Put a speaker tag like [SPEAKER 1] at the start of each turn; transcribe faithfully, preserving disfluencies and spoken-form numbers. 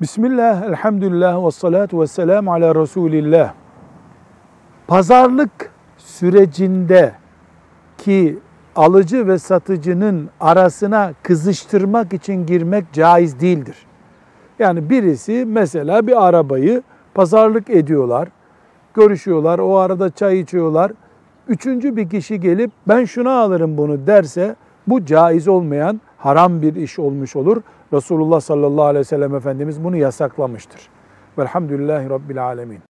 [SPEAKER 1] Bismillah, elhamdülillah ve salatu ve selamu ala Resulillah. Pazarlık sürecinde ki alıcı ve satıcının arasına kızıştırmak için girmek caiz değildir. Yani birisi mesela bir arabayı pazarlık ediyorlar, görüşüyorlar, o arada çay içiyorlar. Üçüncü bir kişi gelip ben şuna alırım bunu derse bu caiz olmayan haram bir iş olmuş olur. Resulullah sallallahu aleyhi ve sellem Efendimiz bunu yasaklamıştır. Velhamdülillahi Rabbil alemin.